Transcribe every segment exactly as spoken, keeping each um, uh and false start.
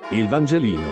Il Vangelino.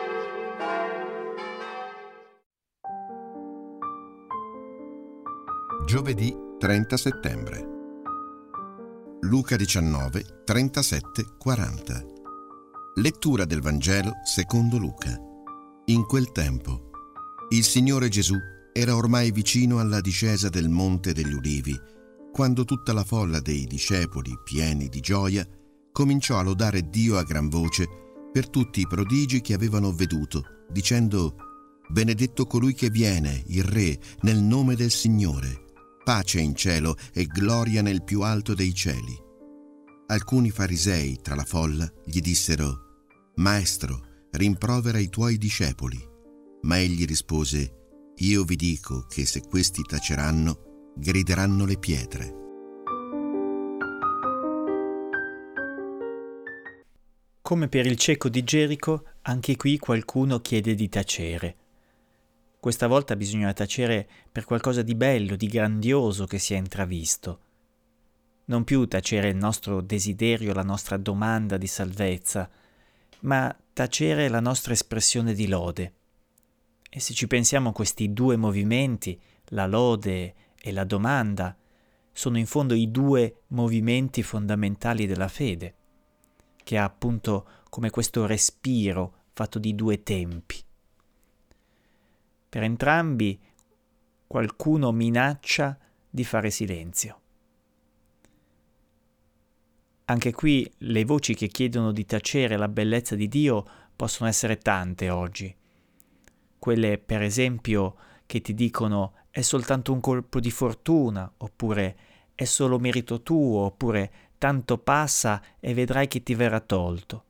Giovedì trenta settembre. Luca diciannove, trentasette, quaranta. Lettura del Vangelo secondo Luca. In quel tempo, il Signore Gesù era ormai vicino alla discesa del Monte degli Ulivi, quando tutta la folla dei discepoli, pieni di gioia, cominciò a lodare Dio a gran voce per tutti i prodigi che avevano veduto, dicendo: «Benedetto colui che viene, il Re, nel nome del Signore. Pace in cielo e gloria nel più alto dei cieli». Alcuni farisei tra la folla gli dissero: «Maestro, rimprovera i tuoi discepoli». Ma egli rispose: «Io vi dico che se questi taceranno, grideranno le pietre». Come per il cieco di Gerico, anche qui qualcuno chiede di tacere. Questa volta bisogna tacere per qualcosa di bello, di grandioso che si è intravisto. Non più tacere il nostro desiderio, la nostra domanda di salvezza, ma tacere la nostra espressione di lode. E se ci pensiamo, questi due movimenti, la lode e la domanda, sono in fondo i due movimenti fondamentali della fede, che ha appunto come questo respiro fatto di due tempi. Per entrambi qualcuno minaccia di fare silenzio. Anche qui le voci che chiedono di tacere la bellezza di Dio possono essere tante oggi. Quelle, per esempio, che ti dicono è soltanto un colpo di fortuna, oppure è solo merito tuo, oppure tanto passa e vedrai che ti verrà tolto.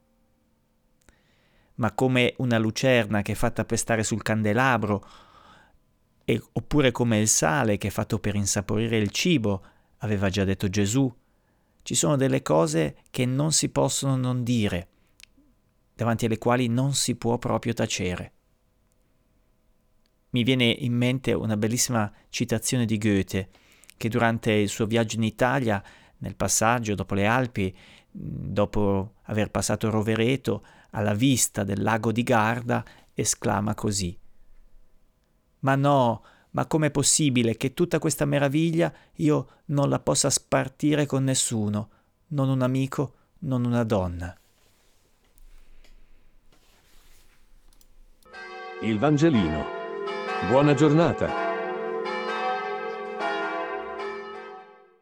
Ma come una lucerna che è fatta per stare sul candelabro, e, oppure come il sale che è fatto per insaporire il cibo, aveva già detto Gesù, ci sono delle cose che non si possono non dire, davanti alle quali non si può proprio tacere. Mi viene in mente una bellissima citazione di Goethe, che durante il suo viaggio in Italia, nel passaggio dopo le Alpi, dopo aver passato Rovereto, alla vista del lago di Garda, esclama così: «Ma no, ma com'è possibile che tutta questa meraviglia io non la possa spartire con nessuno, non un amico, non una donna». Il Vangelino. Buona giornata.